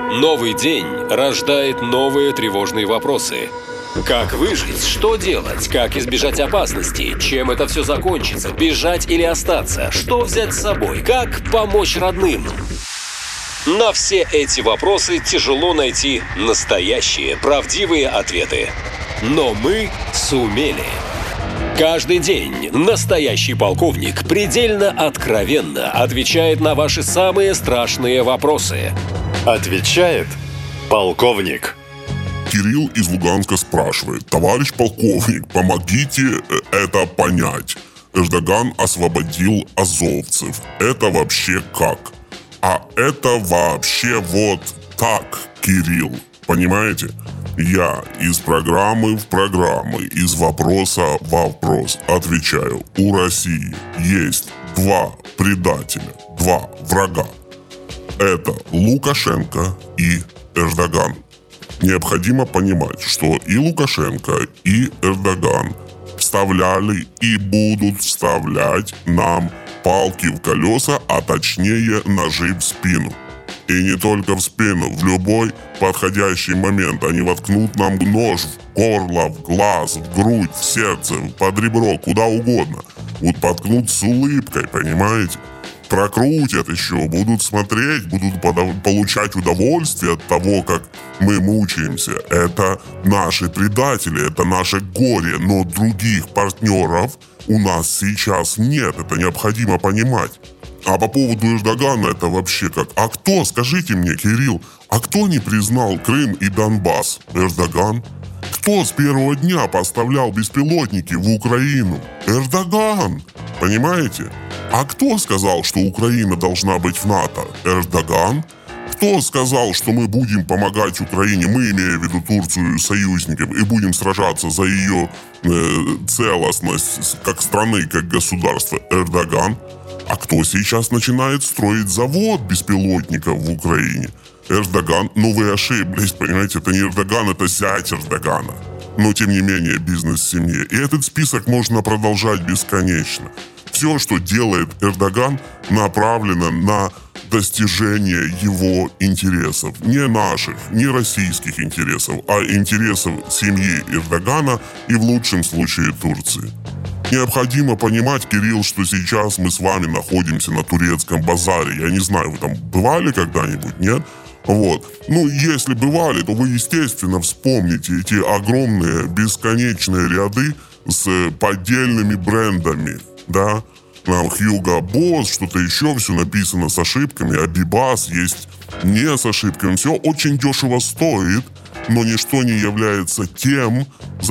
Новый день рождает новые тревожные вопросы. Как выжить? Что делать? Как избежать опасности? Чем это все закончится? Бежать или остаться? Что взять с собой? Как помочь родным? На все эти вопросы тяжело найти настоящие, правдивые ответы. Но мы сумели. Каждый день настоящий полковник предельно откровенно отвечает на ваши самые страшные вопросы. Отвечает полковник. Кирилл из Луганска спрашивает: товарищ полковник, помогите это понять. Эрдоган освободил азовцев. Это вообще как? А это вообще вот так, Кирилл. Понимаете? Я из программы в программу, из вопроса в вопрос отвечаю. У России есть два предателя, два врага. Это Лукашенко и Эрдоган. Необходимо понимать, что и Лукашенко, и Эрдоган вставляли и будут вставлять нам палки в колеса, а точнее ножи в спину. И не только в спину, в любой подходящий момент они воткнут нам нож в горло, в глаз, в грудь, в сердце, под ребро, куда угодно. Вот воткнут с улыбкой, понимаете? Прокрутят еще, будут смотреть, будут получать удовольствие от того, как мы мучаемся. Это наши предатели, это наше горе, но других партнеров у нас сейчас нет, это необходимо понимать. А по поводу Эрдогана это вообще как? А кто, скажите мне, Кирилл, а кто не признал Крым и Донбасс? Эрдоган. Кто с первого дня поставлял беспилотники в Украину? Эрдоган. Понимаете? А кто сказал, что Украина должна быть в НАТО? Эрдоган. Кто сказал, что мы будем помогать Украине, мы, имея в виду Турцию, союзников, и будем сражаться за ее целостность как страны, как государства? Эрдоган. А кто сейчас начинает строить завод беспилотников в Украине? Эрдоган. Ну вы ошиблись, понимаете, это не Эрдоган, это зять Эрдогана. Но тем не менее бизнес в семье. И этот список можно продолжать бесконечно. Все, что делает Эрдоган, направлено на достижение его интересов. Не наших, не российских интересов, а интересов семьи Эрдогана и в лучшем случае Турции. Необходимо понимать, Кирилл, что сейчас мы с вами находимся на турецком базаре. Я не знаю, вы там бывали когда-нибудь, нет? Вот. Ну, если бывали, то вы, естественно, вспомните эти огромные, бесконечные ряды с поддельными брендами, да? Там Hugo Boss, что-то еще, все написано с ошибками, а Bibas есть не с ошибками. Все очень дешево стоит, но ничто не является тем,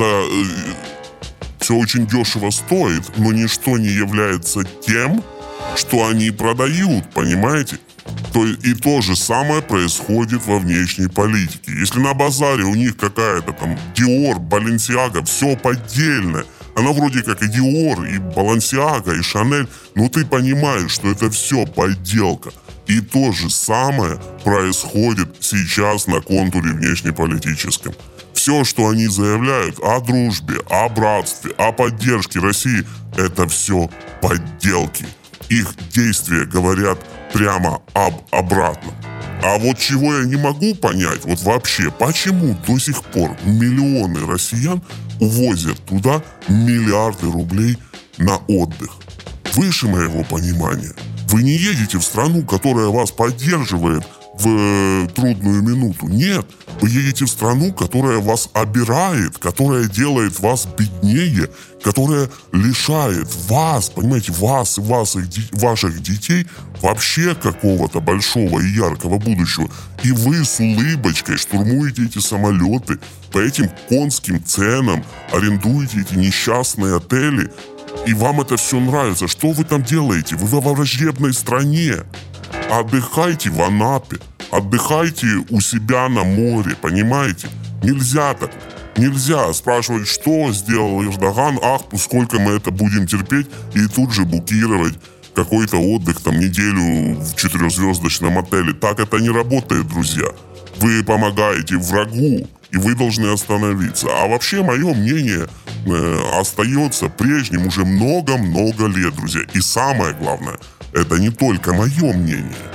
все очень дешево стоит, но ничто не является тем, что они продают, понимаете? И то же самое происходит во внешней политике. Если на базаре у них какая-то там Dior, Balenciaga, все поддельное, она вроде как и Dior, и Balenciaga, и Chanel, но ты понимаешь, что это все подделка. И то же самое происходит сейчас на контуре внешнеполитическом. Все, что они заявляют о дружбе, о братстве, о поддержке России, это все подделки. Их действия говорят прямо об обратном. А вот чего я не могу понять, вот вообще, почему до сих пор миллионы россиян увозят туда миллиарды рублей на отдых? Выше моего понимания. Вы не едете в страну, которая вас поддерживает в трудную минуту. Нет, вы едете в страну, которая вас обирает, которая делает вас беднее, которая лишает вас, понимаете, вас и ваших детей вообще какого-то большого и яркого будущего. И вы с улыбочкой штурмуете эти самолеты, по этим конским ценам арендуете эти несчастные отели, и вам это все нравится. Что вы там делаете? Вы во враждебной стране. Отдыхайте в Анапе, отдыхайте у себя на море, понимаете? Нельзя так. Нельзя спрашивать, что сделал Эрдоган, ах, сколько мы это будем терпеть, и тут же букировать какой-то отдых, там, неделю в 4-звездочном отеле. Так это не работает, друзья. Вы помогаете врагу, и вы должны остановиться. А вообще, мое мнение остается прежним уже много-много лет, друзья. И самое главное, это не только мое мнение.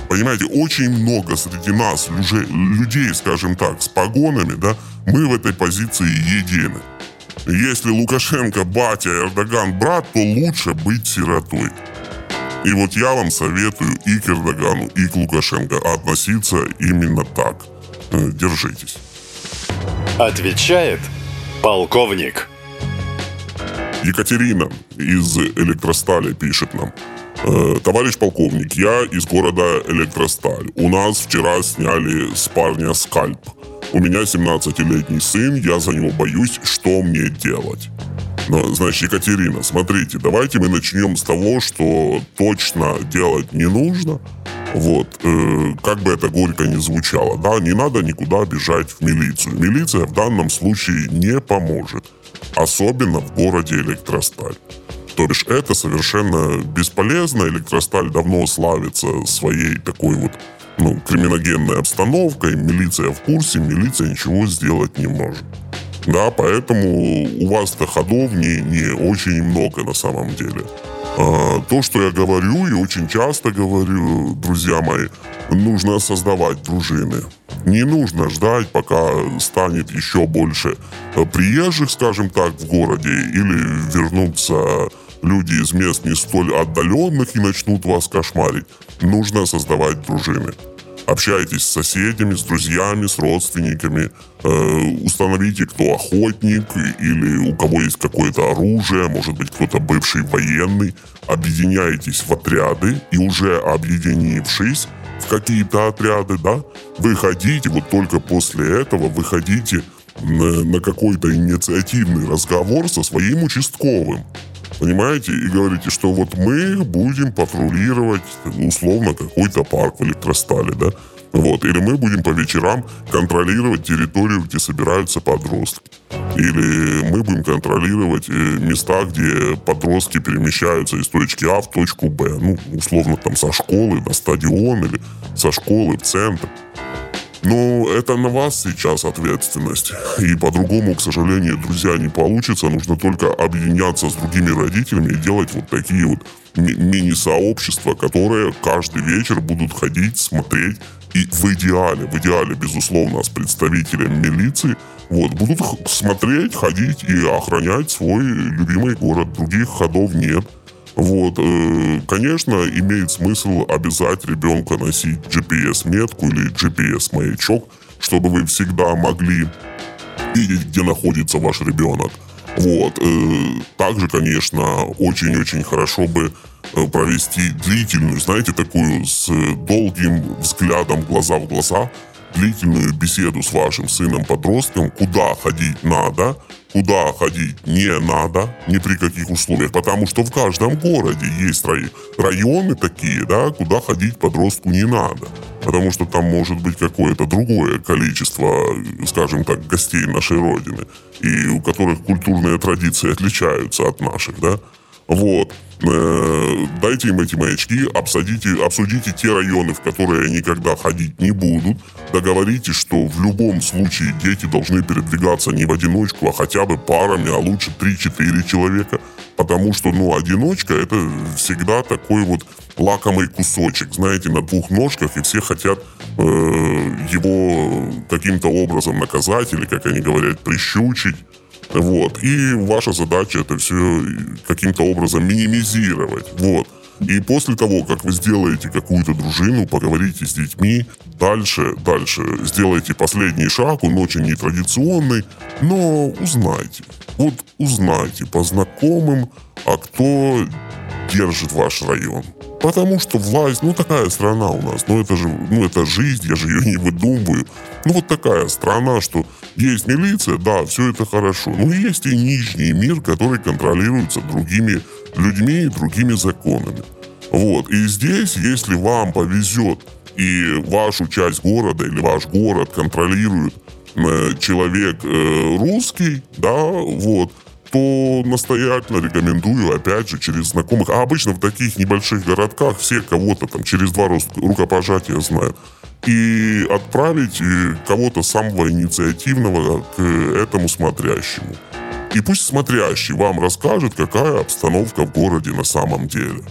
Понимаете, очень много среди нас людей, скажем так, с погонами, да, мы в этой позиции едины. Если Лукашенко батя, Эрдоган брат, то лучше быть сиротой. И вот я вам советую и к Эрдогану, и к Лукашенко относиться именно так. Держитесь. Отвечает полковник. Екатерина из Электростали пишет нам. Товарищ полковник, я из города Электросталь. У нас вчера сняли с парня скальп. У меня 17-летний сын, я за него боюсь, что мне делать? Значит, Екатерина, смотрите, давайте мы начнем с того, что точно делать не нужно. Вот, как бы это горько ни звучало, да, не надо никуда бежать в милицию. Милиция в данном случае не поможет, особенно в городе Электросталь. То бишь, это совершенно бесполезно. Электросталь давно славится своей такой вот, криминогенной обстановкой. Милиция в курсе, милиция ничего сделать не может. Да, поэтому у вас-то ходов не очень много на самом деле. То, что я говорю и очень часто говорю, друзья мои, нужно создавать дружины. Не нужно ждать, пока станет еще больше приезжих, скажем так, в городе, или вернутся люди из мест не столь отдаленных и начнут вас кошмарить. Нужно создавать дружины. Общайтесь с соседями, с друзьями, с родственниками. Установите, кто охотник или у кого есть какое-то оружие, может быть, кто-то бывший военный. Объединяйтесь в отряды и уже объединившись в какие-то отряды, да, выходите, вот только после этого выходите на какой-то инициативный разговор со своим участковым. Понимаете? И говорите, что вот мы будем патрулировать условно какой-то парк в Электростале, да? Вот. Или мы будем по вечерам контролировать территорию, где собираются подростки. Или мы будем контролировать места, где подростки перемещаются из точки А в точку Б. Условно там со школы на стадион или со школы в центр. Но это на вас сейчас ответственность. И по-другому, к сожалению, друзья, не получится. Нужно только объединяться с другими родителями и делать вот такие вот мини-сообщества, которые каждый вечер будут ходить, смотреть. И в идеале, безусловно, с представителем милиции, вот, будут смотреть, ходить и охранять свой любимый город. Других ходов нет. Вот, конечно, имеет смысл обязать ребенка носить GPS-метку или GPS-маячок, чтобы вы всегда могли видеть, где находится ваш ребенок. Вот, также, конечно, очень-очень хорошо бы провести длительную, знаете, такую с долгим взглядом глаза в глаза, длительную беседу с вашим сыном-подростком, куда ходить надо, куда ходить не надо, ни при каких условиях, потому что в каждом городе есть районы такие, да, куда ходить подростку не надо, потому что там может быть какое-то другое количество, скажем так, гостей нашей Родины, и у которых культурные традиции отличаются от наших, да. Вот. Дайте им эти маячки, обсудите те районы, в которые никогда ходить не будут. Договоритесь, что в любом случае дети должны передвигаться не в одиночку, а хотя бы парами, а лучше 3-4 человека. Потому что, одиночка — это всегда такой вот лакомый кусочек, знаете, на двух ножках, и все хотят его каким-то образом наказать, или, как они говорят, прищучить. Вот. И ваша задача это все каким-то образом минимизировать. Вот. И после того, как вы сделаете какую-то дружину, поговорите с детьми, дальше сделайте последний шаг, он очень нетрадиционный, но узнайте. Вот узнайте по знакомым, а кто держит ваш район. Потому что власть, такая страна у нас, это жизнь, я же ее не выдумываю. Вот такая страна, что есть милиция, да, все это хорошо. Но есть и нижний мир, который контролируется другими людьми и другими законами. Вот, и здесь, если вам повезет, и вашу часть города или ваш город контролирует человек русский, да, вот, то настоятельно рекомендую, опять же, через знакомых. А обычно в таких небольших городках все кого-то там через 2 рукопожатия знают. И отправить кого-то самого инициативного к этому смотрящему. И пусть смотрящий вам расскажет, какая обстановка в городе на самом деле.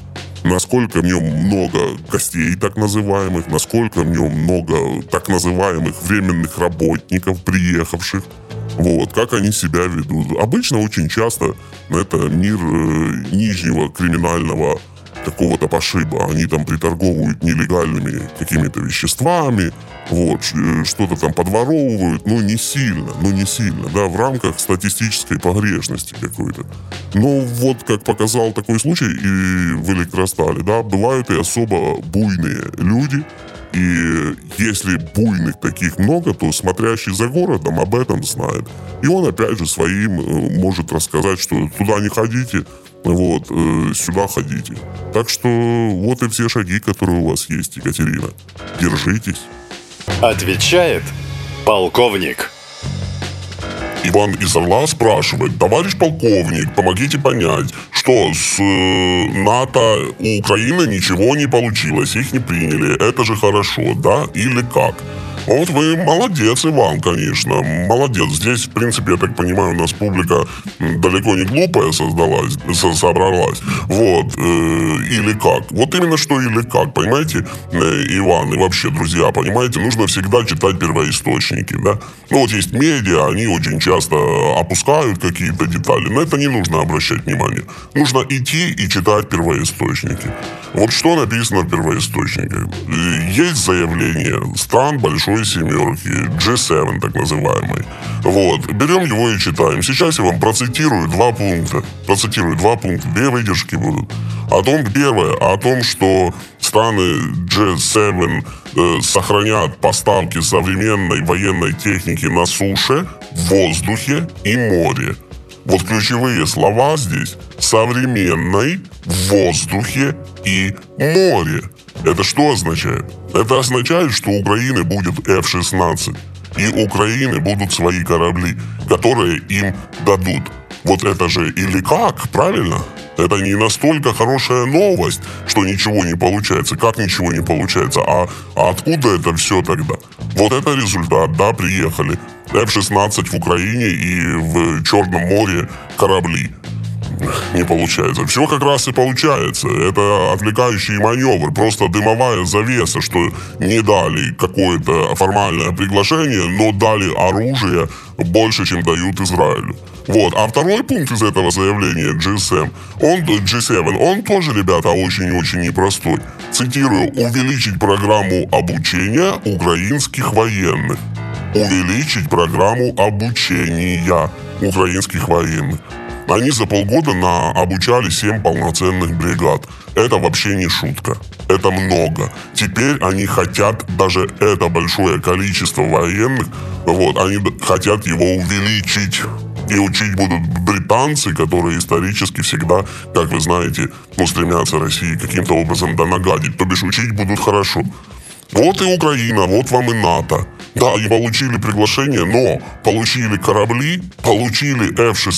насколько в нем много гостей так называемых, насколько в нем много так называемых временных работников, приехавших. Вот, как они себя ведут. Обычно очень часто это мир нижнего криминального какого-то пошиба. Они там приторговывают нелегальными какими-то веществами, вот, что-то там подворовывают, но не сильно, да, в рамках статистической погрешности какой-то. Но вот, как показал такой случай и в Электростале, да, бывают и особо буйные люди, и если буйных таких много, то смотрящий за городом об этом знает. И он опять же своим может рассказать, что туда не ходите, вот, сюда ходите. Так что вот и все шаги, которые у вас есть, Екатерина. Держитесь. Отвечает полковник. Иван из Орла спрашивает: товарищ полковник, помогите понять, что с НАТО у Украины ничего не получилось, их не приняли. Это же хорошо, да? Или как? Вот вы молодец, Иван, конечно, молодец. Здесь, в принципе, я так понимаю, у нас публика далеко не глупая собралась. Вот, или как? Вот именно что или как, понимаете, Иван, и вообще, друзья, понимаете, нужно всегда читать первоисточники, да? Ну, вот есть медиа, они очень часто опускают какие-то детали, на это не нужно обращать внимание. Нужно идти и читать первоисточники. Вот что написано в первоисточниках. Есть заявление стран большой семерки, G7 так называемый. Вот, берем его и читаем. Сейчас я вам процитирую два пункта. Две выдержки будут. Первое, о том, что страны G7 сохранят поставки современной военной техники на суше, воздухе и море. Вот ключевые слова здесь: современной, в воздухе и море. Это что означает? Это означает, что у Украины будет F-16. И у Украины будут свои корабли, которые им дадут. Вот это же или как, правильно? Это не настолько хорошая новость, что ничего не получается. Как ничего не получается? А откуда это все тогда? Вот это результат, да, приехали. F-16 в Украине и в Черном море корабли. Не получается. Все как раз и получается. Это отвлекающий маневр, просто дымовая завеса, что не дали какое-то формальное приглашение, но дали оружие больше, чем дают Израилю. Вот. А второй пункт из этого заявления G7, он тоже, ребята, очень-очень непростой. Цитирую: увеличить программу обучения украинских военных. Увеличить программу обучения украинских военных. Они за полгода обучали 7 полноценных бригад. Это вообще не шутка. Это много. Теперь они хотят даже это большое количество военных, вот, они хотят его увеличить. И учить будут британцы, которые исторически всегда, как вы знаете, стремятся России каким-то образом нагадить. То бишь учить будут хорошо. Вот и Украина, вот вам и НАТО. Да, и получили приглашение, но получили корабли, получили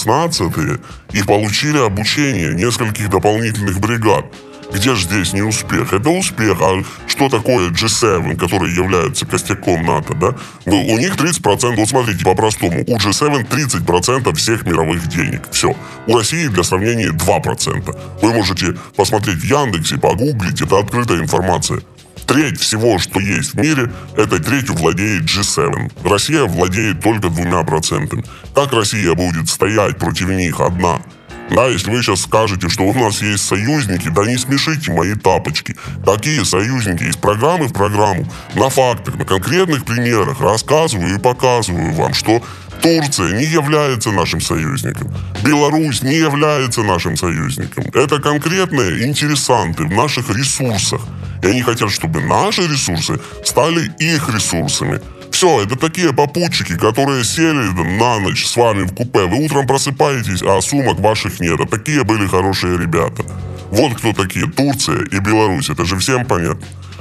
F-16 и получили обучение нескольких дополнительных бригад. Где же здесь не успех? Это успех. А что такое G7, который является костяком НАТО, да? У них 30%, вот смотрите, по-простому, у G7 30% всех мировых денег. Все. У России, для сравнения, 2%. Вы можете посмотреть в Яндексе, погуглить, это открытая информация. Треть всего, что есть в мире, этой третью владеет G7. Россия владеет только 2%. Как Россия будет стоять против них одна? Да, если вы сейчас скажете, что у нас есть союзники, да не смешите мои тапочки. Какие союзники? Из программы в программу, на фактах, на конкретных примерах рассказываю и показываю вам, что Турция не является нашим союзником. Беларусь не является нашим союзником. Это конкретные интересанты в наших ресурсах. И они хотят, чтобы наши ресурсы стали их ресурсами. Все, это такие попутчики, которые сели на ночь с вами в купе. Вы утром просыпаетесь, а сумок ваших нет. А такие были хорошие ребята. Вот кто такие Турция и Беларусь. Это же всем понятно.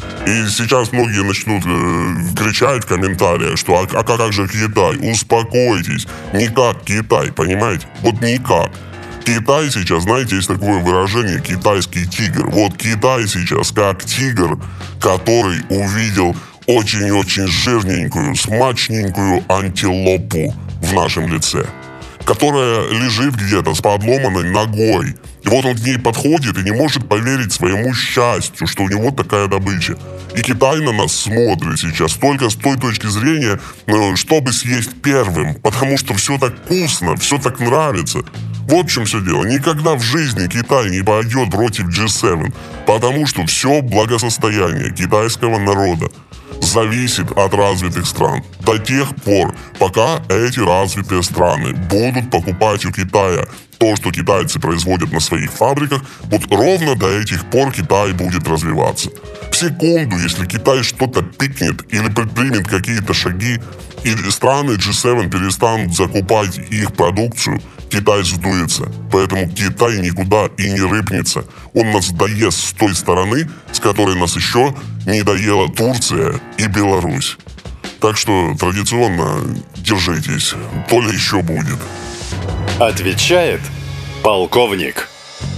И сейчас многие начнут кричать в комментариях, что а как же Китай? Успокойтесь. Не как Китай, понимаете? Вот никак. Китай сейчас, знаете, есть такое выражение «китайский тигр». Вот Китай сейчас как тигр, который увидел очень-очень жирненькую, смачненькую антилопу в нашем лице. которая лежит где-то с подломанной ногой. И вот он к ней подходит и не может поверить своему счастью, что у него такая добыча. И Китай на нас смотрит сейчас только с той точки зрения, чтобы съесть первым, потому что все так вкусно, все так нравится. Вот в чем все дело. Никогда в жизни Китай не пойдет против G7, потому что все благосостояние китайского народа зависит от развитых стран. До тех пор, пока эти развитые страны будут покупать у Китая то, что китайцы производят на своих фабриках, вот ровно до этих пор Китай будет развиваться. В секунду, если Китай что-то пикнет или предпримет какие-то шаги, и страны G7 перестанут закупать их продукцию, Китай сдуется. Поэтому Китай никуда и не рыпнется. Он нас доест с той стороны, с которой нас еще не доела Турция и Беларусь. Так что традиционно держитесь, то ли еще будет. Отвечает полковник.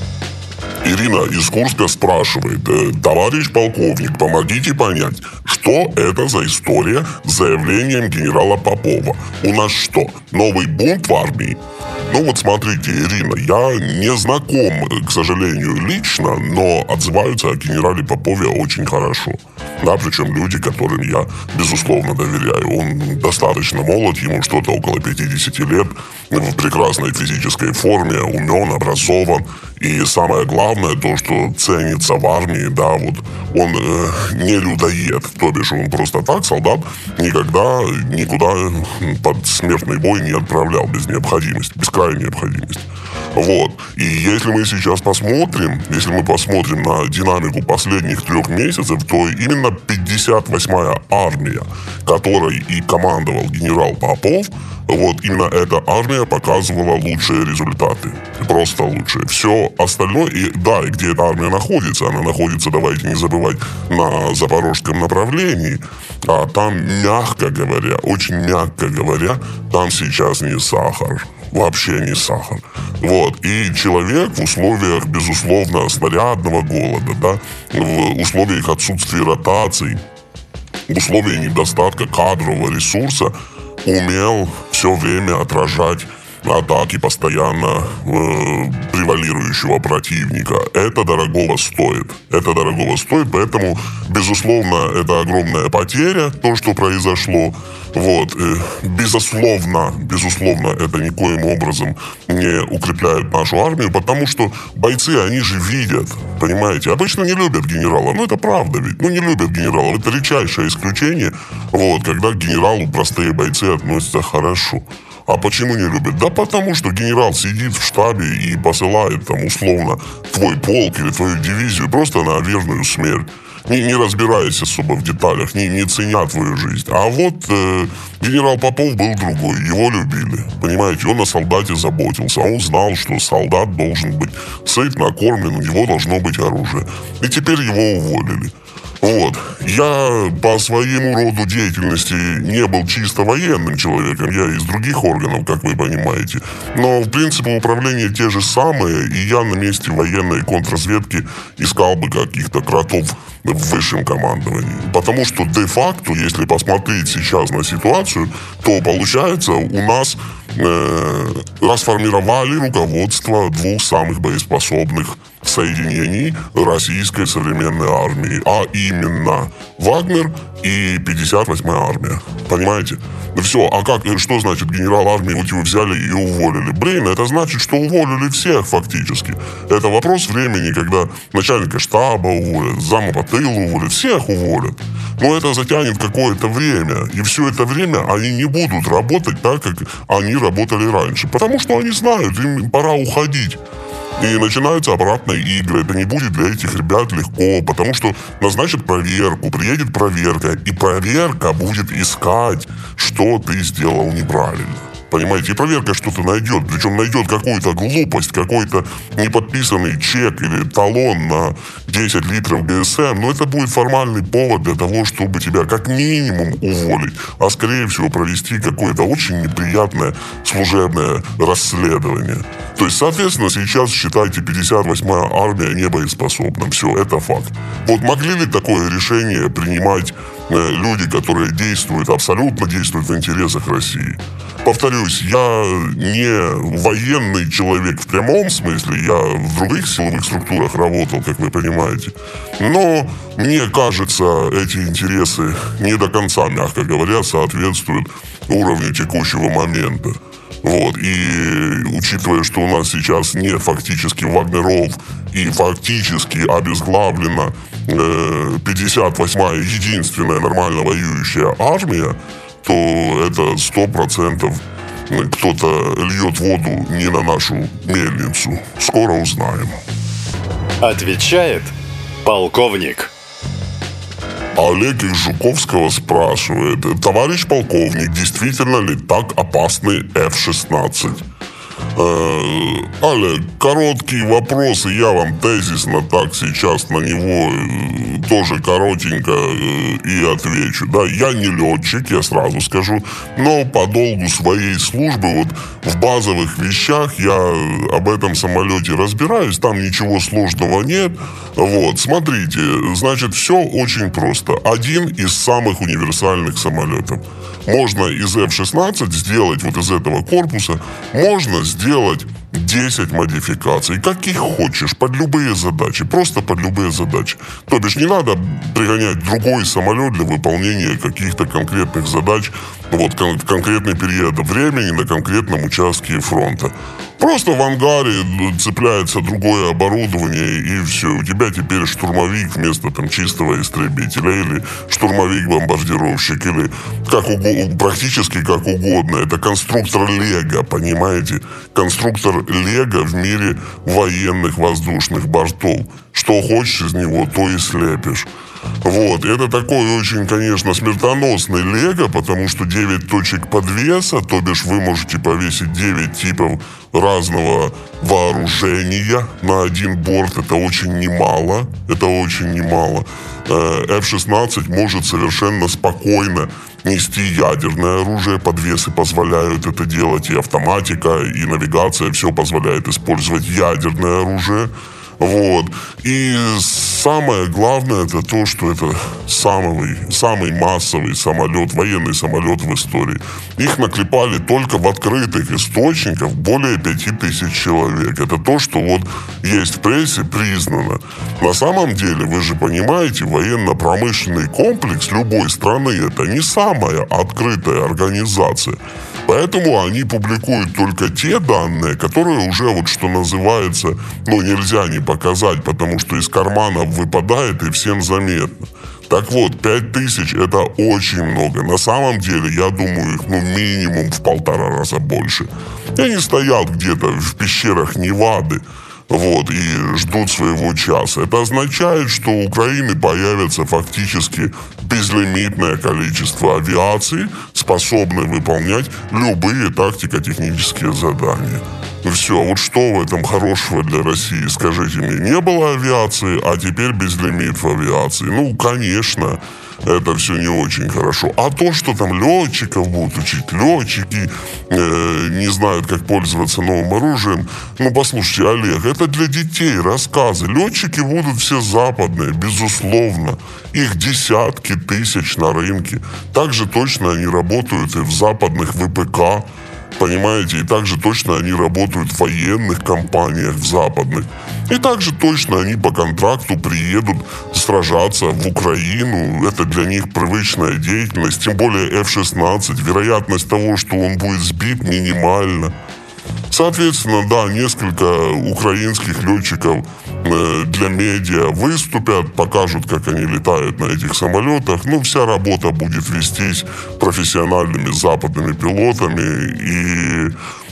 Ирина из Курска спрашивает: товарищ полковник, помогите понять, что это за история с заявлением генерала Попова? У нас что, новый бунт в армии? Ну вот смотрите, Ирина, я не знаком, к сожалению, лично, но отзываются о генерале Попове очень хорошо. Да, причем люди, которым я, безусловно, доверяю. Он достаточно молод, ему что-то около 50 лет, в прекрасной физической форме, умен, образован. И самое главное, то, что ценится в армии, да, вот он не людоед, то бишь он просто так солдат никогда никуда под смертный бой не отправлял без необходимости, без крайней необходимости. Вот. И если мы сейчас посмотрим, на динамику последних 3 месяцев, то именно 58-я армия, которой и командовал генерал Попов, вот именно эта армия показывала лучшие результаты. Просто лучшие. Все остальное, и да, и где эта армия находится? Она находится, давайте не забывать, на запорожском направлении. А там, мягко говоря, очень мягко говоря, там сейчас не сахар. Вообще не сахар. Вот. И человек в условиях, безусловно, снарядного голода, да, в условиях отсутствия ротаций, в условиях недостатка кадрового ресурса умел все время отражать атаки постоянно превалирующего противника. Это дорогого стоит. Поэтому, безусловно, это огромная потеря, то, что произошло. Вот. Безусловно, это никоим образом не укрепляет нашу армию, потому что бойцы, они же видят, понимаете, обычно не любят генерала, это правда ведь, не любят генерала, это редчайшее исключение, вот, когда к генералу простые бойцы относятся хорошо. А почему не любят? Да потому что генерал сидит в штабе и посылает там условно твой полк или твою дивизию просто на верную смерть. Не разбираясь особо в деталях, не ценя твою жизнь. А вот генерал Попов был другой, его любили. Понимаете, он о солдате заботился. Он знал, что солдат должен быть сыт, накормлен, у него должно быть оружие. И теперь его уволили. Вот. Я по своему роду деятельности не был чисто военным человеком, я из других органов, как вы понимаете. Но, в принципе, управление те же самые, и я на месте военной контрразведки искал бы каких-то кротов в высшем командовании. Потому что де-факто, если посмотреть сейчас на ситуацию, то, получается, у нас расформировали руководство 2 самых боеспособных соединений российской современной армии, а именно Вагнер и 58-я армия. Понимаете? Все, что значит генерал армии вот его взяли и уволили? Это значит, что уволили всех фактически. Это вопрос времени, когда начальника штаба уволят, зама по тылу уволят, всех уволят. Но это затянет какое-то время, и все это время они не будут работать так, как они работали раньше, потому что они знают, им пора уходить. И начинаются обратные игры. Это не будет для этих ребят легко, потому что назначат проверку, приедет проверка, и проверка будет искать, что ты сделал неправильно. Понимаете, и проверка что-то найдет, причем найдет какую-то глупость, какой-то неподписанный чек или талон на 10 литров ГСМ, но это будет формальный повод для того, чтобы тебя как минимум уволить, а скорее всего провести какое-то очень неприятное служебное расследование. То есть, соответственно, сейчас, считайте, 58-я армия не боеспособна. Все, это факт. Вот могли ли такое решение принимать люди, которые абсолютно действуют в интересах России. Повторюсь, я не военный человек в прямом смысле, я в других силовых структурах работал, как вы понимаете. Но мне кажется, эти интересы не до конца, мягко говоря, соответствуют уровню текущего момента. Вот. И учитывая, что у нас сейчас нет фактически вагнеров и фактически обезглавлена 58-я единственная нормально воюющая армия, то это 100% кто-то льет воду не на нашу мельницу. Скоро узнаем. Отвечает полковник. Олег из Жуковского спрашивает: товарищ полковник, действительно ли так опасны F-16? Олег, короткие вопросы, я вам тезисно так сейчас на него тоже коротенько и отвечу. Да, я не летчик, я сразу скажу, но по долгу своей службы вот в базовых вещах я об этом самолете разбираюсь, там ничего сложного нет. Вот, смотрите, значит, все очень просто. Один из самых универсальных самолетов. Можно из F-16 сделать вот из этого корпуса, можно сделать 10 модификаций, каких хочешь, под любые задачи, просто под любые задачи. То бишь не надо пригонять другой самолет для выполнения каких-то конкретных задач вот, в конкретный период времени на конкретном участке фронта. Просто в ангаре цепляется другое оборудование, и все. У тебя теперь штурмовик вместо там чистого истребителя, или штурмовик-бомбардировщик, или практически как угодно. Это конструктор Лего, понимаете? Конструктор Лего в мире военных воздушных бортов. Что хочешь из него, то и слепишь. Вот, это такой очень, конечно, смертоносный Лего, потому что 9 точек подвеса, то бишь вы можете повесить 9 типов разного вооружения на один борт. Это очень немало, F-16 может совершенно спокойно нести ядерное оружие, подвесы позволяют это делать, и автоматика, и навигация, все позволяет использовать ядерное оружие. Вот. И самое главное, это то, что это самый массовый самолет, военный самолет в истории. Их наклепали только в открытых источниках более 5000 человек. Это то, что вот есть в прессе, признано. На самом деле, вы же понимаете, военно-промышленный комплекс любой страны — это не самая открытая организация. Поэтому они публикуют только те данные, которые уже, вот что называется, нельзя не показать, потому что из карманов выпадает и всем заметно. Так вот, 5000 — это очень много. На самом деле, я думаю, их минимум в 1,5 раза больше. И они стоят где-то в пещерах Невады, вот, и ждут своего часа. Это означает, что у Украины появится фактически безлимитное количество авиации, способной выполнять любые тактико-технические задания. Все, вот что в этом хорошего для России, скажите мне? Не было авиации, а теперь безлимит в авиации. Конечно, это все не очень хорошо. А то, что там летчиков будут учить, летчики не знают, как пользоваться новым оружием. Послушайте, Олег, это для детей рассказы. Летчики будут все западные, безусловно. Их десятки тысяч на рынке. Также точно они работают и в западных ВПК. Понимаете, и также точно они работают в военных компаниях, в западных. И также точно они по контракту приедут сражаться в Украину. Это для них привычная деятельность. Тем более F-16. Вероятность того, что он будет сбит, минимальна. Соответственно, да, несколько украинских летчиков для медиа выступят, покажут, как они летают на этих самолетах. Вся работа будет вестись профессиональными западными пилотами, и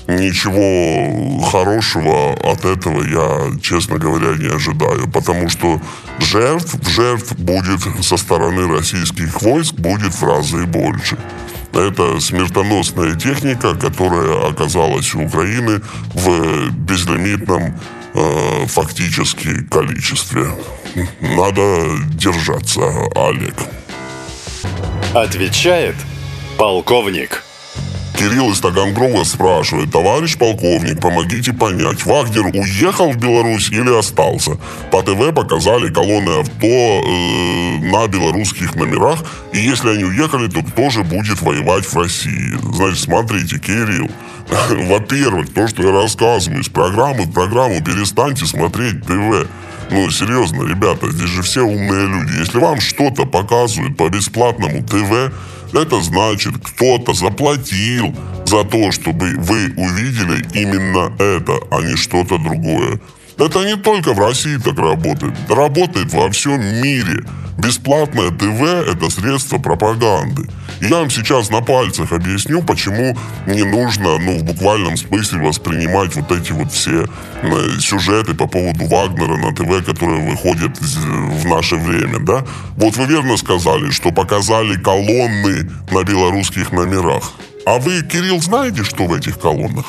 ничего хорошего от этого я, честно говоря, не ожидаю, потому что жертв будет со стороны российских войск будет в разы больше. Это смертоносная техника, которая оказалась у Украины в безлимитном фактически количестве. Надо держаться, Олег. Отвечает полковник. Кирилл из Таганрога спрашивает: товарищ полковник, помогите понять, Вагнер уехал в Беларусь или остался? По ТВ показали колонны авто на белорусских номерах, и если они уехали, то кто же будет воевать в России? Значит, смотрите, Кирилл, во-первых, то, что я рассказываю, из программы в программу перестаньте смотреть ТВ. Ну, серьезно, ребята, здесь же все умные люди. Если вам что-то показывают по бесплатному ТВ, это значит, кто-то заплатил за то, чтобы вы увидели именно это, а не что-то другое. Это не только в России так работает. Работает во всем мире. Бесплатное ТВ – это средство пропаганды. И я вам сейчас на пальцах объясню, почему не нужно, в буквальном смысле воспринимать вот эти вот все сюжеты по поводу Вагнера на ТВ, которые выходят в наше время, да? Вот вы верно сказали, что показали колонны на белорусских номерах. А вы, Кирилл, знаете, что в этих колоннах?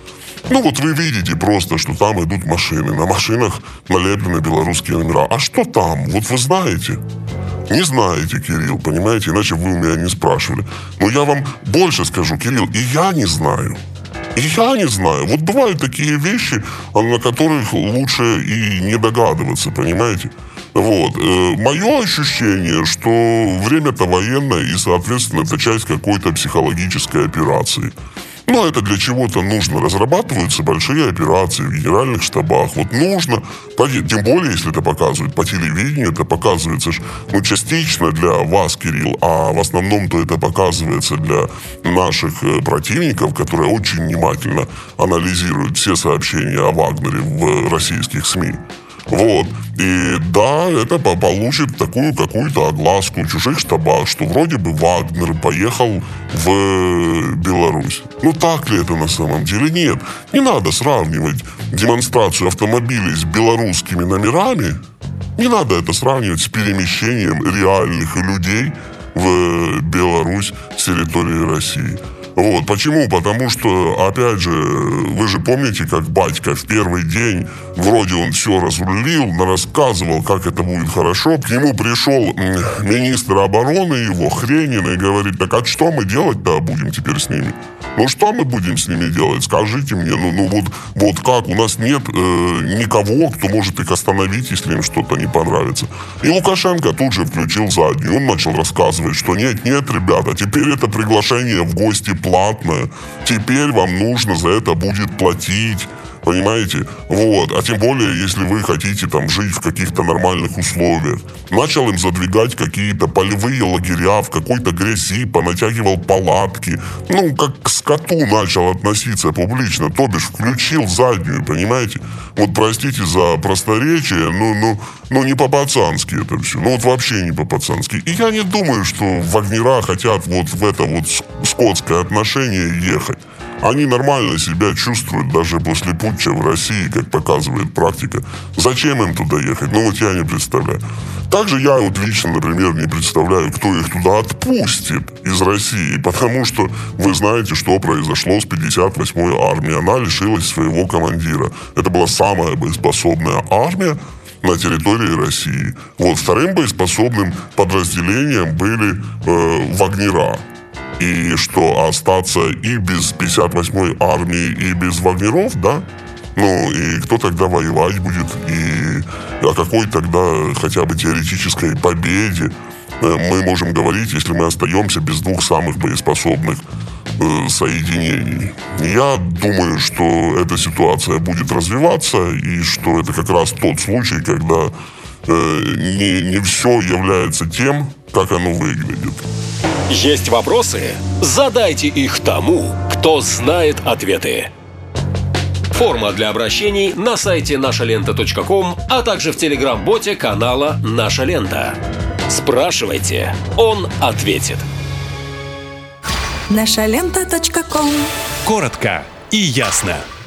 Вот вы видите просто, что там идут машины. На машинах налеплены белорусские номера. А что там? Вот вы знаете? Не знаете, Кирилл, понимаете? Иначе вы у меня не спрашивали. Но я вам больше скажу, Кирилл, и я не знаю. И я не знаю. Вот бывают такие вещи, на которых лучше и не догадываться, понимаете? Вот. Мое ощущение, что время-то военное, и, соответственно, это часть какой-то психологической операции. Это для чего-то нужно. Разрабатываются большие операции в генеральных штабах. Вот нужно, тем более, если это показывают по телевидению, это показывается частично для вас, Кирилл, а в основном-то это показывается для наших противников, которые очень внимательно анализируют все сообщения о Вагнере в российских СМИ. Вот. И да, это получит такую какую-то огласку в чужих штабах, что вроде бы Вагнер поехал в Беларусь. Так ли это на самом деле? Нет. Не надо сравнивать демонстрацию автомобилей с белорусскими номерами. Не надо это сравнивать с перемещением реальных людей в Беларусь с территории России. Вот. Почему? Потому что, опять же, вы же помните, как батька в первый день, вроде он все разрулил, рассказывал, как это будет хорошо. К нему пришел министр обороны его, Хренин, и говорит: так а что мы делать-то будем теперь с ними? Что мы будем с ними делать? Скажите мне, вот как? У нас нет никого, кто может их остановить, если им что-то не понравится. И Лукашенко тут же включил заднюю. Он начал рассказывать, что нет, ребята, теперь это приглашение в гости платное. Теперь вам нужно за это будет платить. Понимаете? Вот. А тем более, если вы хотите жить в каких-то нормальных условиях. Начал им задвигать какие-то полевые лагеря в какой-то грязи, понатягивал палатки. Как к скоту начал относиться публично. То бишь, включил заднюю, понимаете? Вот простите за просторечие, не по-пацански это все. Вообще не по-пацански. И я не думаю, что вагнера хотят в это скотское отношение ехать. Они нормально себя чувствуют даже после путча в России, как показывает практика. Зачем им туда ехать? Я не представляю. Также я лично, например, не представляю, кто их туда отпустит из России. Потому что вы знаете, что произошло с 58-й армией. Она лишилась своего командира. Это была самая боеспособная армия на территории России. Вторым боеспособным подразделением были вагнера. И что, остаться и без 58-й армии, и без вагнеров, да? И кто тогда воевать будет? И о какой тогда хотя бы теоретической победе мы можем говорить, если мы остаемся без двух самых боеспособных соединений? Я думаю, что эта ситуация будет развиваться, и что это как раз тот случай, когда не все является тем, как оно выглядит. Есть вопросы? Задайте их тому, кто знает ответы. Форма для обращений на сайте нашалента.ком, а также в телеграм-боте канала «Наша лента». Спрашивайте, он ответит. Нашалента.ком. Коротко и ясно.